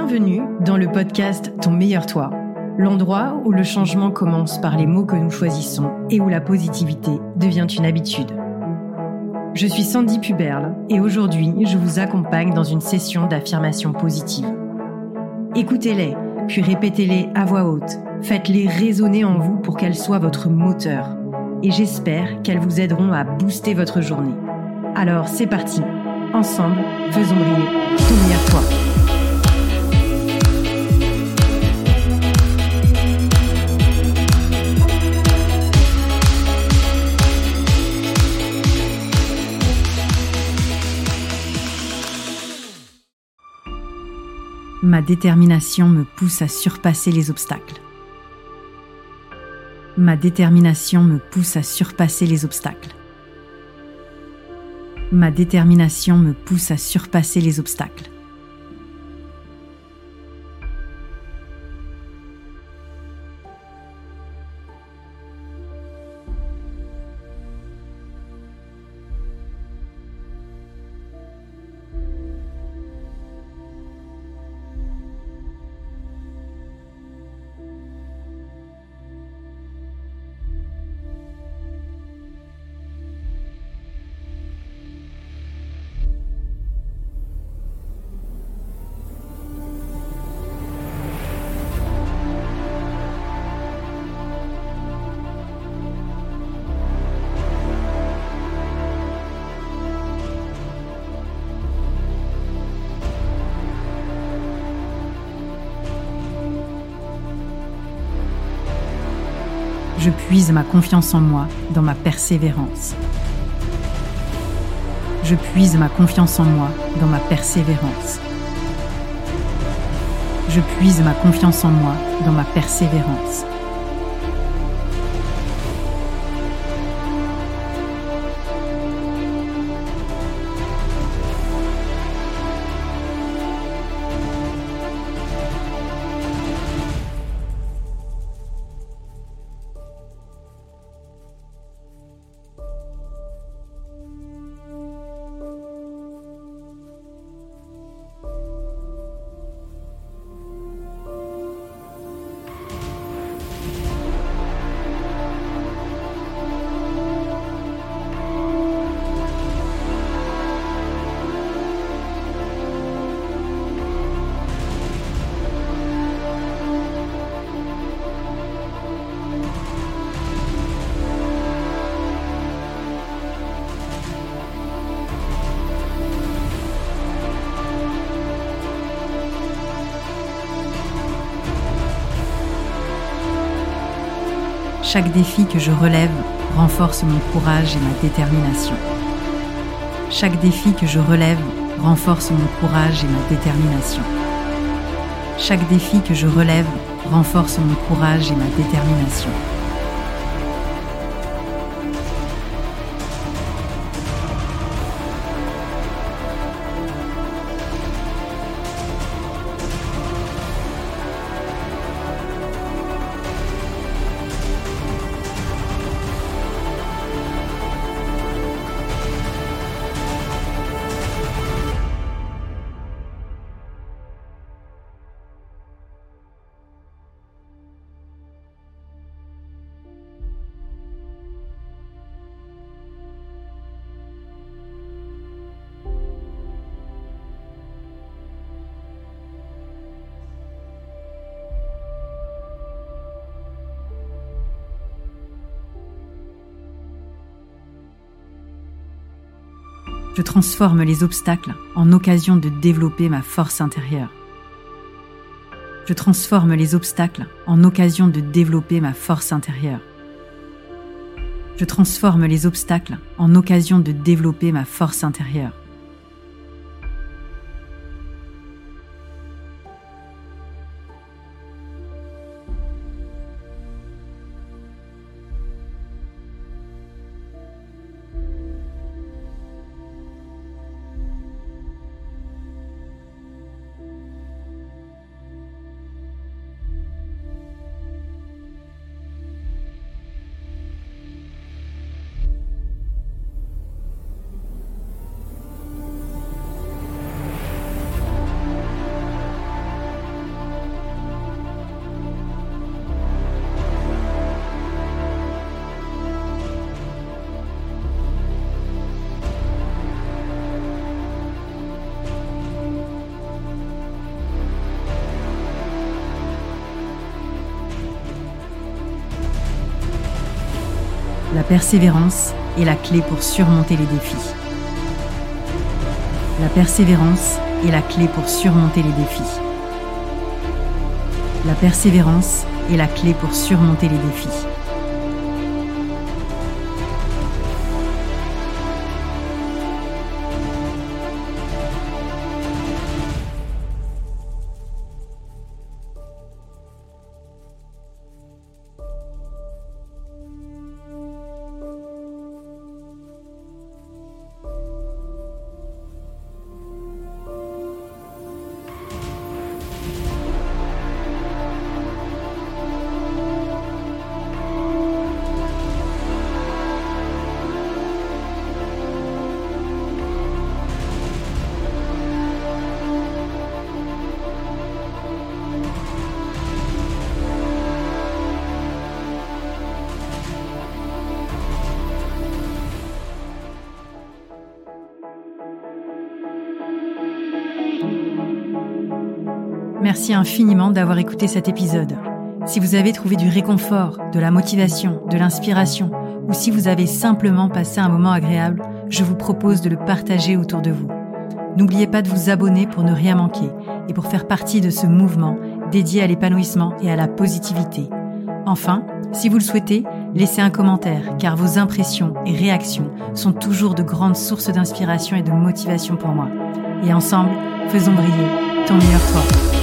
Bienvenue dans le podcast Ton meilleur toi, l'endroit où le changement commence par les mots que nous choisissons et où la positivité devient une habitude. Je suis Sandy Puberle et aujourd'hui, je vous accompagne dans une session d'affirmation positive. Écoutez-les, puis répétez-les à voix haute. Faites-les résonner en vous pour qu'elles soient votre moteur. Et j'espère qu'elles vous aideront à booster votre journée. Alors c'est parti, ensemble, faisons briller ton meilleur toi. Ma détermination me pousse à surpasser les obstacles. Ma détermination me pousse à surpasser les obstacles. Ma détermination me pousse à surpasser les obstacles. Je puise ma confiance en moi dans ma persévérance. Je puise ma confiance en moi dans ma persévérance. Je puise ma confiance en moi dans ma persévérance. Chaque défi que je relève renforce mon courage et ma détermination. Chaque défi que je relève renforce mon courage et ma détermination. Chaque défi que je relève renforce mon courage et ma détermination. Je transforme les obstacles en occasion de développer ma force intérieure. Je transforme les obstacles en occasion de développer ma force intérieure. Je transforme les obstacles en occasion de développer ma force intérieure. persévérance est la clé pour surmonter les défis. La persévérance est la clé pour surmonter les défis. La persévérance est la clé pour surmonter les défis. Merci infiniment d'avoir écouté cet épisode. Si vous avez trouvé du réconfort, de la motivation, de l'inspiration, ou si vous avez simplement passé un moment agréable, je vous propose de le partager autour de vous. N'oubliez pas de vous abonner pour ne rien manquer et pour faire partie de ce mouvement dédié à l'épanouissement et à la positivité. Enfin, si vous le souhaitez, laissez un commentaire car vos impressions et réactions sont toujours de grandes sources d'inspiration et de motivation pour moi. Et ensemble, faisons briller ton meilleur toi.